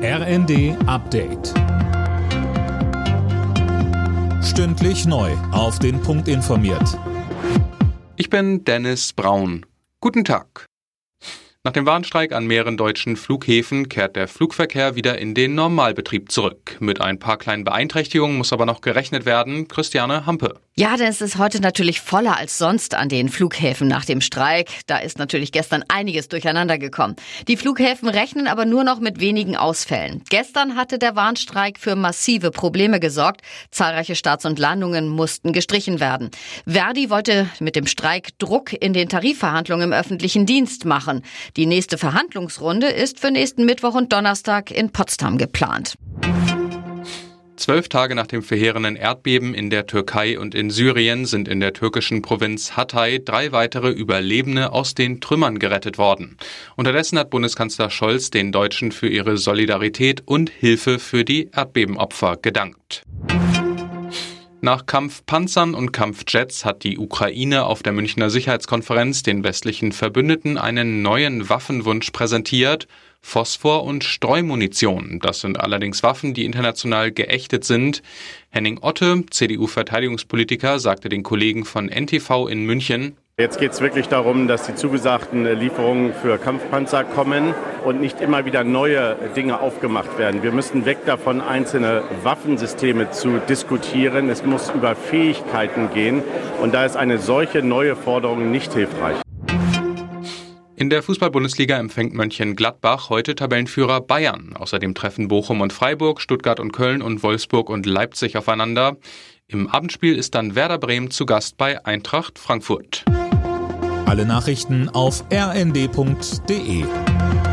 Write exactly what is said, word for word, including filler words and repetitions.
R N D Update. Stündlich neu auf den Punkt informiert. Ich bin Dennis Braun. Guten Tag. Nach dem Warnstreik an mehreren deutschen Flughäfen kehrt der Flugverkehr wieder in den Normalbetrieb zurück. Mit ein paar kleinen Beeinträchtigungen muss aber noch gerechnet werden. Christiane Hampe. Ja, denn es ist heute natürlich voller als sonst an den Flughäfen nach dem Streik. Da ist natürlich gestern einiges durcheinander gekommen. Die Flughäfen rechnen aber nur noch mit wenigen Ausfällen. Gestern hatte der Warnstreik für massive Probleme gesorgt. Zahlreiche Starts und Landungen mussten gestrichen werden. Verdi wollte mit dem Streik Druck in den Tarifverhandlungen im öffentlichen Dienst machen. Die nächste Verhandlungsrunde ist für nächsten Mittwoch und Donnerstag in Potsdam geplant. Zwölf Tage nach dem verheerenden Erdbeben in der Türkei und in Syrien sind in der türkischen Provinz Hatay drei weitere Überlebende aus den Trümmern gerettet worden. Unterdessen hat Bundeskanzler Scholz den Deutschen für ihre Solidarität und Hilfe für die Erdbebenopfer gedankt. Nach Kampfpanzern und Kampfjets hat die Ukraine auf der Münchner Sicherheitskonferenz den westlichen Verbündeten einen neuen Waffenwunsch präsentiert: Phosphor- und Streumunition. Das sind allerdings Waffen, die international geächtet sind. Henning Otte, C D U-Verteidigungspolitiker, sagte den Kollegen von N T V in München: Jetzt geht es wirklich darum, dass die zugesagten Lieferungen für Kampfpanzer kommen und nicht immer wieder neue Dinge aufgemacht werden. Wir müssen weg davon, einzelne Waffensysteme zu diskutieren. Es muss über Fähigkeiten gehen und da ist eine solche neue Forderung nicht hilfreich. In der Fußball-Bundesliga empfängt Mönchengladbach heute Tabellenführer Bayern. Außerdem treffen Bochum und Freiburg, Stuttgart und Köln und Wolfsburg und Leipzig aufeinander. Im Abendspiel ist dann Werder Bremen zu Gast bei Eintracht Frankfurt. Alle Nachrichten auf r n d punkt d e.